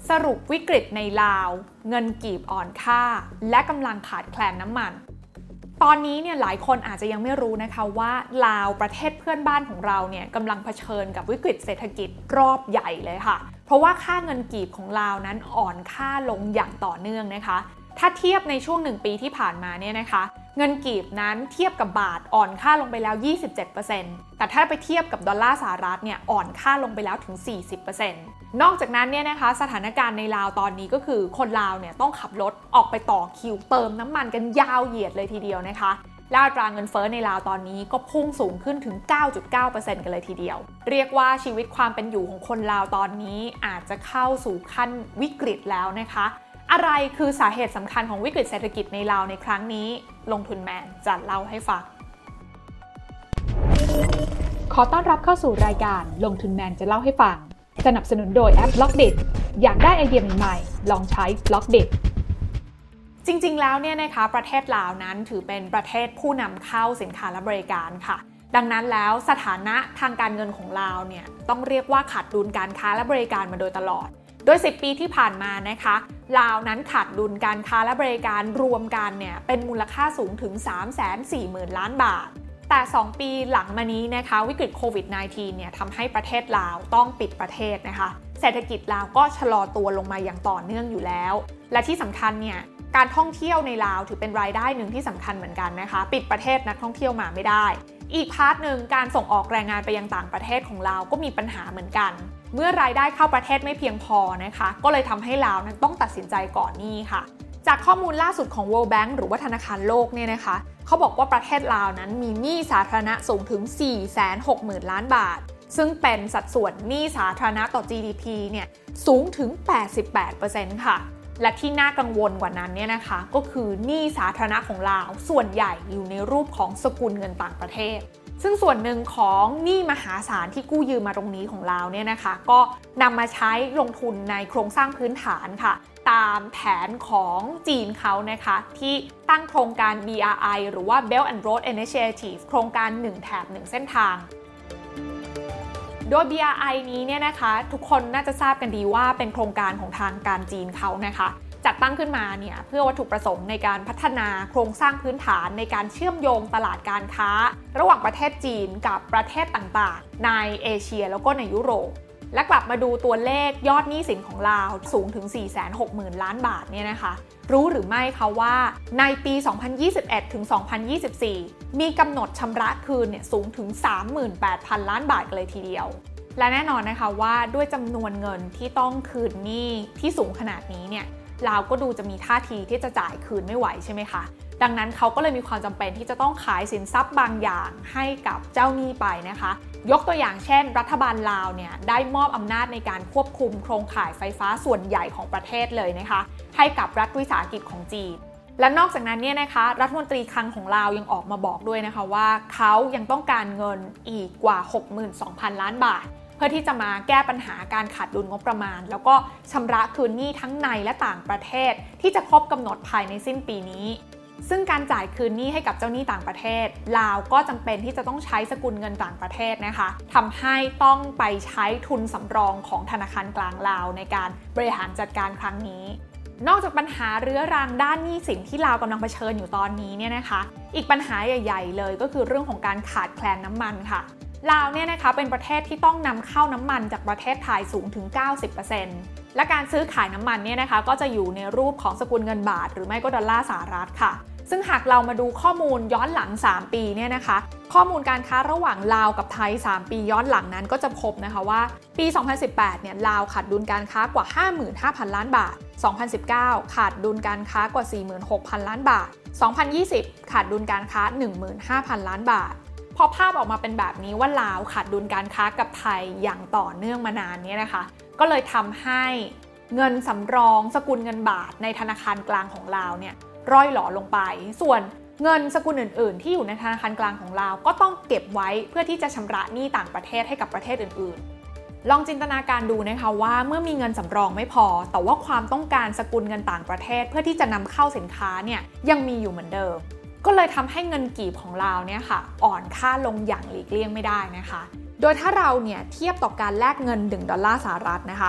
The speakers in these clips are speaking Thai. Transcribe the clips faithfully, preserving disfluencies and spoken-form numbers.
สรุปวิกฤตในลาวเงินกีบอ่อนค่าและกำลังขาดแคลนน้ำมันตอนนี้เนี่ยหลายคนอาจจะยังไม่รู้นะคะว่าลาวประเทศเพื่อนบ้านของเราเนี่ยกำลังเผชิญกับวิกฤตเศรษฐกิจรอบใหญ่เลยค่ะเพราะว่าค่าเงินกีบของลาวนั้นอ่อนค่าลงอย่างต่อเนื่องนะคะถ้าเทียบในช่วงหนึ่งปีที่ผ่านมาเนี่ยนะคะเงินกีบนั้นเทียบกับบาทอ่อนค่าลงไปแล้ว ยี่สิบเจ็ดเปอร์เซ็นต์ แต่ถ้าไปเทียบกับดอลลาร์สหรัฐเนี่ยอ่อนค่าลงไปแล้วถึง สี่สิบเปอร์เซ็นต์ นอกจากนั้นเนี่ยนะคะสถานการณ์ในลาวตอนนี้ก็คือคนลาวเนี่ยต้องขับรถออกไปต่อคิวเติมน้ำมันกันยาวเหยียดเลยทีเดียวนะคะและอัตราเงินเฟ้อในลาวตอนนี้ก็พุ่งสูงขึ้นถึง เก้าจุดเก้าเปอร์เซ็นต์ กันเลยทีเดียวเรียกว่าชีวิตความเป็นอยู่ของคนลาวตอนนี้อาจจะเข้าสู่ขั้นวิกฤตแล้วนะคะอะไรคือสาเหตุสำคัญของวิกฤตเศรษฐกิจในลาวในครั้งนี้ลงทุนแมนจะเล่าให้ฟังขอต้อนรับเข้าสู่รายการลงทุนแมนจะเล่าให้ฟังสนับสนุนโดยแอป Blockdit อยากได้ไอเดียใหม่ๆลองใช้ Blockdit จริงๆแล้วเนี่ยนะคะประเทศลาวนั้นถือเป็นประเทศผู้นำเข้าสินค้าและบริการค่ะดังนั้นแล้วสถานะทางการเงินของลาวเนี่ยต้องเรียกว่าขาดดุลการค้าและบริการมาโดยตลอดโดยสิบปีที่ผ่านมานะคะลาวนั้นขาดดุลการค้าและบริการรวมกันเนี่ยเป็นมูลค่าสูงถึง สามแสนสี่หมื่น ล้านบาทแต่สองปีหลังมานี้นะคะวิกฤตโควิด สิบเก้า เนี่ยทำให้ประเทศลาวต้องปิดประเทศนะคะเศรษฐกิจลาวก็ชะลอตัวลงมาอย่างต่อเนื่องอยู่แล้วและที่สำคัญเนี่ยการท่องเที่ยวในลาวถือเป็นรายได้หนึ่งที่สำคัญเหมือนกันนะคะปิดประเทศนักท่องเที่ยวมาไม่ได้อีกพาร์ทหนึ่งการส่งออกแรงงานไปยังต่างประเทศของลาวก็มีปัญหาเหมือนกันเมื่อรายได้เข้าประเทศไม่เพียงพอนะคะก็เลยทำให้ลาวนั้นต้องตัดสินใจก่อนหนี้ค่ะจากข้อมูลล่าสุดของ World Bank หรือว่าธนาคารโลกเนี่ยนะคะเขาบอกว่าประเทศลาวนั้นมีหนี้สาธารณะสูงถึง สี่แสนหกหมื่น ล้านบาทซึ่งเป็นสัดส่วนหนี้สาธารณะต่อ จี ดี พี เนี่ยสูงถึง แปดสิบแปดเปอร์เซ็นต์ ค่ะและที่น่ากังวลกว่านั้นเนี่ยนะคะก็คือหนี้สาธารณะของลาวส่วนใหญ่อยู่ในรูปของสกุลเงินต่างประเทศซึ่งส่วนหนึ่งของหนี้มหาศาลที่กู้ยืมมาตรงนี้ของลาวเนี่ยนะคะก็นำมาใช้ลงทุนในโครงสร้างพื้นฐานค่ะตามแผนของจีนเขานะคะที่ตั้งโครงการ บี อาร์ ไอ หรือว่า Belt and Road Initiative โครงการหนึ่งแถบหนึ่งเส้นทางโดย บี อาร์ ไอ นี้เนี่ยนะคะทุกคนน่าจะทราบกันดีว่าเป็นโครงการของทางการจีนเขานะคะจัดตั้งขึ้นมาเนี่ยเพื่อวัตถุประสงค์ในการพัฒนาโครงสร้างพื้นฐานในการเชื่อมโยงตลาดการค้าระหว่างประเทศจีนกับประเทศต่างๆในเอเชียแล้วก็ในยุโรปและกลับมาดูตัวเลขยอดหนี้สินของลาวสูงถึง สี่แสนหกหมื่น ล้านบาทเนี่ยนะคะรู้หรือไม่คะว่าในปี สองพันยี่สิบเอ็ดถึงสองพันยี่สิบสี่ มีกำหนดชำระคืนเนี่ยสูงถึง สามหมื่นแปดพัน ล้านบาทกันเลยทีเดียวและแน่นอนนะคะว่าด้วยจำนวนเงินที่ต้องคืนหนี้ที่สูงขนาดนี้เนี่ยลาวก็ดูจะมีท่าทีที่จะจ่ายคืนไม่ไหวใช่ไหมคะดังนั้นเขาก็เลยมีความจำเป็นที่จะต้องขายสินทรัพย์บางอย่างให้กับเจ้าหนี้ไปนะคะยกตัวอย่างเช่นรัฐบาลลาวเนี่ยได้มอบอำนาจในการควบคุมโครงข่ายไฟฟ้าส่วนใหญ่ของประเทศเลยนะคะให้กับรัฐวิสาหกิจของจีนและนอกจากนั้นเนี่ยนะคะรัฐมนตรีคลังของลาวยังออกมาบอกด้วยนะคะว่าเขายังต้องการเงินอีกกว่า หกหมื่นสองพัน ล้านบาทเพื่อที่จะมาแก้ปัญหาการขาดดุลงบประมาณแล้วก็ชำระคืนหนี้ทั้งในและต่างประเทศที่จะครบกำหนดภายในสิ้นปีนี้ซึ่งการจ่ายคืนหนี้ให้กับเจ้าหนี้ต่างประเทศลาวก็จำเป็นที่จะต้องใช้สกุลเงินต่างประเทศนะคะทำให้ต้องไปใช้ทุนสำรองของธนาคารกลางลาวในการบริหารจัดการครั้งนี้นอกจากปัญหาเรื้อรังด้านหนี้สินที่ลาวกำลังเผชิญอยู่ตอนนี้เนี่ยนะคะอีกปัญหาใหญ่ๆเลยก็คือเรื่องของการขาดแคลนน้ำมันค่ะลาวเนี่ยนะคะเป็นประเทศที่ต้องนำเข้าน้ำมันจากประเทศไทยสูงถึง เก้าสิบเปอร์เซ็นต์ และการซื้อขายน้ำมันเนี่ยนะคะก็จะอยู่ในรูปของสกุลเงินบาทหรือไม่ก็ดอลลาร์สหรัฐค่ะซึ่งหากเรามาดูข้อมูลย้อนหลังสามปีเนี่ยนะคะข้อมูลการค้าระหว่างลาวกับไทยสามปีย้อนหลังนั้นก็จะพบนะคะว่าปีสองพันสิบแปดเนี่ยลาวขาดดุลการค้ากว่า ห้าหมื่นห้าพัน ล้านบาทสองพันสิบเก้าขาดดุลการค้ากว่า สี่หมื่นหกพัน ล้านบาทสองพันยี่สิบขาดดุลการค้า หนึ่งหมื่นห้าพัน ล้านบาทพอภาพออกมาเป็นแบบนี้ว่าลาวขาดดุลการค้ากับไทยอย่างต่อเนื่องมานานนี้นะคะก็เลยทำให้เงินสำรองสกุลเงินบาทในธนาคารกลางของลาวเนี่ยร่อยหลอลงไปส่วนเงินสกุลอื่นๆที่อยู่ในธนาคารกลางของลาวก็ต้องเก็บไว้เพื่อที่จะชำระหนี้ต่างประเทศให้กับประเทศอื่นๆลองจินตนาการดูนะคะว่าเมื่อมีเงินสำรองไม่พอแต่ว่าความต้องการสกุลเงินต่างประเทศเพื่อที่จะนำเข้าสินค้าเนี่ยยังมีอยู่เหมือนเดิมก็เลยทำให้เงินกีบของลาวเนี่ยค่ะอ่อนค่าลงอย่างหลีกเลี่ยงไม่ได้นะคะโดยถ้าเราเนี่ยเทียบต่อการแลกเงินหนึ่งดอลลาร์สหรัฐนะคะ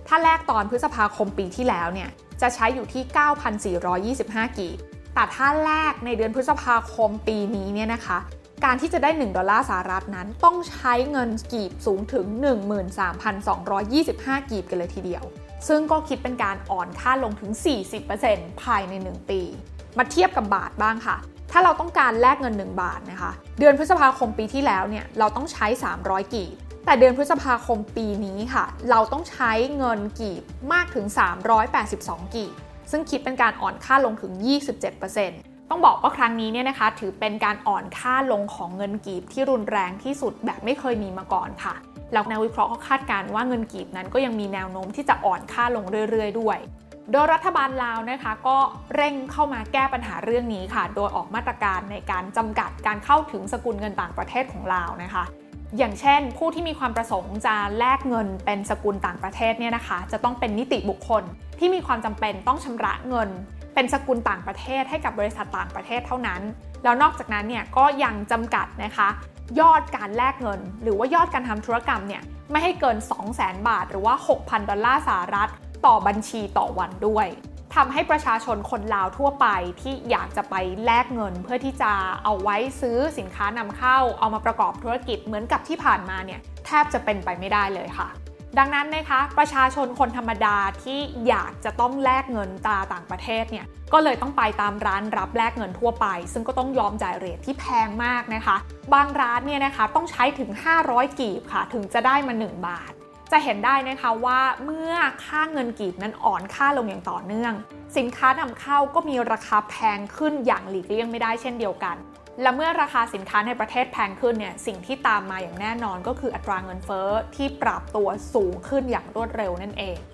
ถ้าแลกตอนพฤษภาคมปีที่แล้วเนี่ยจะใช้อยู่ที่ เก้าพันสี่ร้อยยี่สิบห้า กีบแต่ถ้าแลกในเดือนพฤษภาคมปีนี้เนี่ยนะคะการที่จะได้หนึ่งดอลลาร์สหรัฐนั้นต้องใช้เงินกีบสูงถึง หนึ่งหมื่นสามพันสองร้อยยี่สิบห้า กีบกันเลยทีเดียวซึ่งก็คิดเป็นการอ่อนค่าลงถึง สี่สิบเปอร์เซ็นต์ ภายในหนึ่งปีมาเทียบกับบาทบ้างค่ะถ้าเราต้องการแลกเงินหนึ่งบาทนะคะเดือนพฤษภาคมปีที่แล้วเนี่ยเราต้องใช้สามร้อยกีบแต่เดือนพฤษภาคมปีนี้ค่ะเราต้องใช้เงินกีบมากถึงสามร้อยแปดสิบสองกีบซึ่งคิดเป็นการอ่อนค่าลงถึง ยี่สิบเจ็ดเปอร์เซ็นต์ ต้องบอกว่าครั้งนี้เนี่ยนะคะถือเป็นการอ่อนค่าลงของเงินกีบที่รุนแรงที่สุดแบบไม่เคยมีมาก่อนค่ะแล้วนักวิเคราะห์ก็คาดการณ์ว่าเงินกีบนั้นก็ยังมีแนวโน้มที่จะอ่อนค่าลงเรื่อยๆด้วยโดยรัฐบาลลาวนะคะก็เร่งเข้ามาแก้ปัญหาเรื่องนี้ค่ะโดยออกมาตรการในการจำกัดการเข้าถึงสกุลเงินต่างประเทศของลาวนะคะอย่างเช่นผู้ที่มีความประสงค์จะแลกเงินเป็นสกุลต่างประเทศเนี่ยนะคะจะต้องเป็นนิติบุคคลที่มีความจำเป็นต้องชำระเงินเป็นสกุลต่างประเทศให้กับบริษัทต่างประเทศเท่านั้นแล้วนอกจากนั้นเนี่ยก็ยังจำกัดนะคะยอดการแลกเงินหรือว่ายอดการทำธุรกรรมเนี่ยไม่ให้เกิน สองแสน บาทหรือว่า หกพัน ดอลลาร์สหรัฐต่อบัญชีต่อวันด้วยทำให้ประชาชนคนลาวทั่วไปที่อยากจะไปแลกเงินเพื่อที่จะเอาไว้ซื้อสินค้านำเข้าเอามาประกอบธุรกิจเหมือนกับที่ผ่านมาเนี่ยแทบจะเป็นไปไม่ได้เลยค่ะดังนั้นนะคะประชาชนคนธรรมดาที่อยากจะต้องแลกเงินตราต่างประเทศเนี่ยก็เลยต้องไปตามร้านรับแลกเงินทั่วไปซึ่งก็ต้องยอมจ่ายเรทที่แพงมากนะคะบางร้านเนี่ยนะคะต้องใช้ถึงห้าร้อยกีบค่ะถึงจะได้มาหนึ่งบาทจะเห็นได้นะคะว่าเมื่อค่าเงินกีบนั้นอ่อนค่าลงอย่างต่อเนื่องสินค้านำเข้าก็มีราคาแพงขึ้นอย่างหลีกเลี่ยงไม่ได้เช่นเดียวกันและเมื่อราคาสินค้าในประเทศแพงขึ้นเนี่ยสิ่งที่ตามมาอย่างแน่นอนก็คืออัตราเงินเฟ้อที่ปรับตัวสูงขึ้นอย่างรวดเร็วนั่นเอง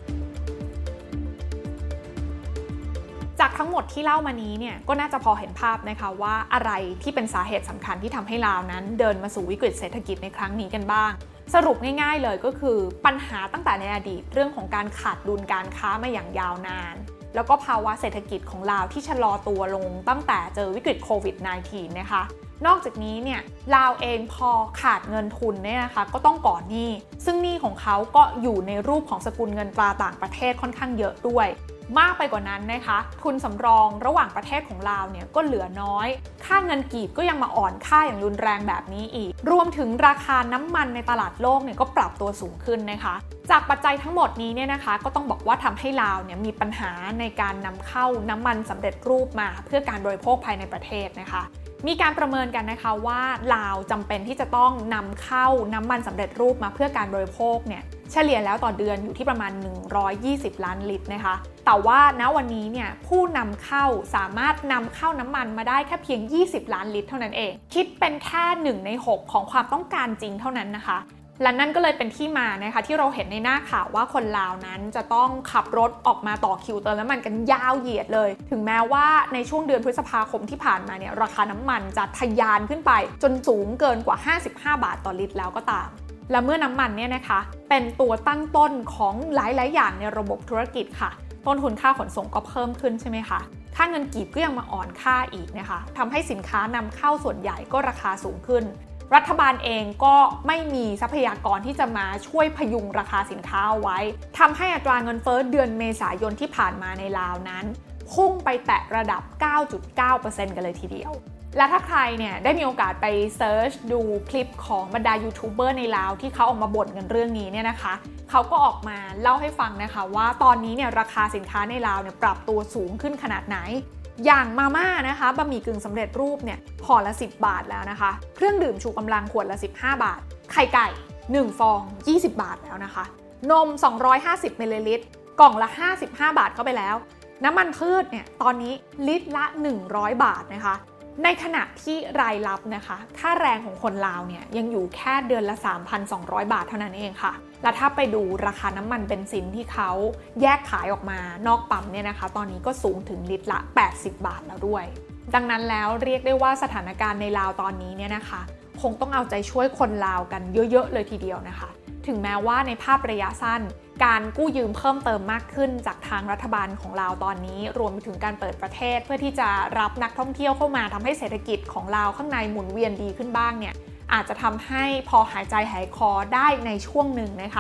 จากทั้งหมดที่เล่ามานี้เนี่ยก็น่าจะพอเห็นภาพนะคะว่าอะไรที่เป็นสาเหตุสำคัญที่ทำให้ลาวนั้นเดินมาสู่วิกฤตเศรษฐกิจในครั้งนี้กันบ้างสรุปง่ายๆเลยก็คือปัญหาตั้งแต่ในอดีตเรื่องของการขาดดุลการค้ามาอย่างยาวนานแล้วก็ภาวะเศรษฐกิจของลาวที่ชะลอตัวลงตั้งแต่เจอวิกฤตโควิด สิบเก้า นะคะนอกจากนี้เนี่ยลาวเองพอขาดเงินทุนเนี่ยนะคะก็ต้องก่อหนี้ซึ่งหนี้ของเขาก็อยู่ในรูปของสกุลเงินตราต่างประเทศค่อนข้างเยอะด้วยมากไปกว่านั้นนะคะทุนสำรองระหว่างประเทศของลาวเนี่ยก็เหลือน้อยค่าเงินกีบก็ยังมาอ่อนค่าอย่างรุนแรงแบบนี้อีกรวมถึงราคาน้ำมันในตลาดโลกเนี่ยก็ปรับตัวสูงขึ้นนะคะจากปัจจัยทั้งหมดนี้เนี่ยนะคะก็ต้องบอกว่าทำให้ลาวเนี่ยมีปัญหาในการนำเข้าน้ำมันสำเร็จรูปมาเพื่อการบริโภคภายในประเทศนะคะมีการประเมินกันนะคะว่าลาวจำเป็นที่จะต้องนำเข้าน้ำมันสำเร็จรูปมาเพื่อการบริโภคเนี่ยเฉลี่ยแล้วต่อเดือนอยู่ที่ประมาณหนึ่งร้อยยี่สิบล้านลิตรนะคะแต่ว่าณวันนี้เนี่ยผู้นำเข้าสามารถนำเข้าน้ำมันมาได้แค่เพียงยี่สิบล้านลิตรเท่านั้นเองคิดเป็นแค่หนึ่งในหกของความต้องการจริงเท่านั้นนะคะและนั่นก็เลยเป็นที่มานะคะที่เราเห็นในหน้าข่าวว่าคนลาวนั้นจะต้องขับรถออกมาต่อคิวเติมน้ำมันกันยาวเหยียดเลยถึงแม้ว่าในช่วงเดือนพฤษภาคมที่ผ่านมาเนี่ยราคาน้ำมันจะทะยานขึ้นไปจนสูงเกินกว่าห้าสิบห้าบาทต่อลิตรแล้วก็ตามและเมื่อน้ำมันเนี่ยนะคะเป็นตัวตั้งต้นของหลายๆอย่างในระบบธุรกิจค่ะต้นทุนค่าขนส่งก็เพิ่มขึ้นใช่ไหมคะค่าเงินกีบก็ยังมาอ่อนค่าอีกนะคะทำให้สินค้านำเข้าส่วนใหญ่ก็ราคาสูงขึ้นรัฐบาลเองก็ไม่มีทรัพยากรที่จะมาช่วยพยุงราคาสินค้าเอาไว้ทำให้อัตราเงินเฟ้อเดือนเมษายนที่ผ่านมาในลาวนั้นพุ่งไปแตะระดับ เก้าจุดเก้าเปอร์เซ็นต์ กันเลยทีเดียวและถ้าใครเนี่ยได้มีโอกาสไปเซิร์ชดูคลิปของบรรดายูทูบเบอร์ในลาวที่เขาออกมาบ่นกันเรื่องนี้เนี่ยนะคะเขาก็ออกมาเล่าให้ฟังนะคะว่าตอนนี้เนี่ยราคาสินค้าในลาวเนี่ยปรับตัวสูงขึ้นขนาดไหนอย่างมาม่านะคะบะหมี่กึ่งสำเร็จรูปเนี่ยห่อละสิบบาทแล้วนะคะเครื่องดื่มชูกำลังขวดละสิบห้าบาทไข่ไก่หนึ่งฟองยี่สิบบาทแล้วนะคะนมสองร้อยห้าสิบมิลลิลิตรกล่องละห้าสิบห้าบาทเข้าไปแล้วน้ำมันพืชเนี่ยตอนนี้ลิตรละหนึ่งร้อยบาทนะคะในขณะที่รายรับนะคะค่าแรงของคนลาวเนี่ยยังอยู่แค่เดือนละ สามพันสองร้อย บาทเท่านั้นเองค่ะและถ้าไปดูราคาน้ำมันเบนซินที่เขาแยกขายออกมานอกปั๊มเนี่ยนะคะตอนนี้ก็สูงถึงลิตรละแปดสิบบาทแล้วด้วยดังนั้นแล้วเรียกได้ว่าสถานการณ์ในลาวตอนนี้เนี่ยนะคะคงต้องเอาใจช่วยคนลาวกันเยอะๆเลยทีเดียวนะคะถึงแม้ว่าในภาพระยะสั้นการกู้ยืมเพิ่มเติมมากขึ้นจากทางรัฐบาลของลาวตอนนี้รวมไปถึงการเปิดประเทศเพื่อที่จะรับนักท่องเที่ยวเข้ามาทำให้เศรษฐกิจของลาวข้างในหมุนเวียนดีขึ้นบ้างเนี่ยอาจจะทำให้พอหายใจหายคอได้ในช่วงหนึ่งนะคะ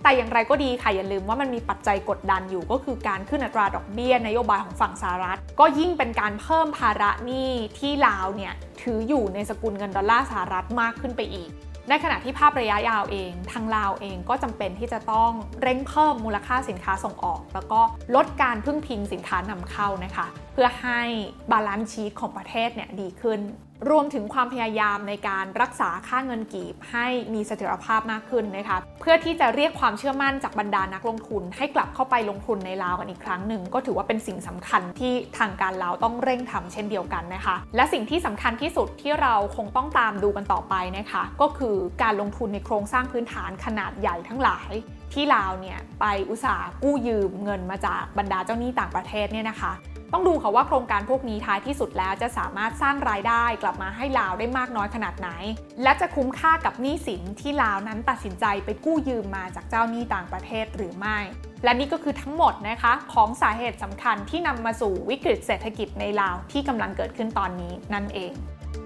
แต่อย่างไรก็ดีค่ะอย่าลืมว่ามันมีปัจจัยกดดันอยู่ก็คือการขึ้นอัตราดอกเบี้ยนโยบายของฝั่งสหรัฐก็ยิ่งเป็นการเพิ่มภาระหนี้ที่ลาวเนี่ยถืออยู่ในสกุลเงินดอลลาร์สหรัฐมากขึ้นไปอีกในขณะที่ภาพระยะยาวเองทางลาวเองก็จำเป็นที่จะต้องเร่งเพิ่มมูลค่าสินค้าส่งออกแล้วก็ลดการพึ่งพิงสินค้านำเข้านะคะเพื่อให้บาลานซ์ชีทของประเทศเนี่ยดีขึ้นรวมถึงความพยายามในการรักษาค่าเงินกีบให้มีเสถียรภาพมากขึ้นนะคะเพื่อที่จะเรียกความเชื่อมั่นจากบรรดานักลงทุนให้กลับเข้าไปลงทุนในลาวกันอีกครั้งหนึ่งก็ถือว่าเป็นสิ่งสำคัญที่ทางการลาวต้องเร่งทำเช่นเดียวกันนะคะและสิ่งที่สำคัญที่สุดที่เราคงต้องตามดูกันต่อไปนะคะก็คือการลงทุนในโครงสร้างพื้นฐานขนาดใหญ่ทั้งหลายที่ลาวเนี่ยไปอุตสาห์กู้ยืมเงินมาจากบรรดาเจ้าหนี้ต่างประเทศเนี่ยนะคะต้องดูค่ะว่าโครงการพวกนี้ท้ายที่สุดแล้วจะสามารถสร้างรายได้กลับมาให้ลาวได้มากน้อยขนาดไหนและจะคุ้มค่ากับหนี้สินที่ลาวนั้นตัดสินใจไปกู้ยืมมาจากเจ้าหนี้ต่างประเทศหรือไม่และนี่ก็คือทั้งหมดนะคะของสาเหตุสำคัญที่นำมาสู่วิกฤตเศรษฐกิจในลาวที่กำลังเกิดขึ้นตอนนี้นั่นเอง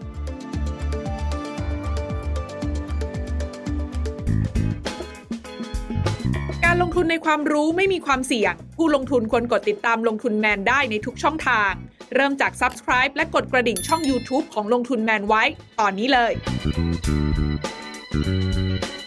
การลงทุนในความรู้ไม่มีความเสี่ยงผู้ลงทุนควรกดติดตามลงทุนแมนได้ในทุกช่องทางเริ่มจาก Subscribe และกดกระดิ่งช่อง YouTube ของลงทุนแมนไว้ตอนนี้เลย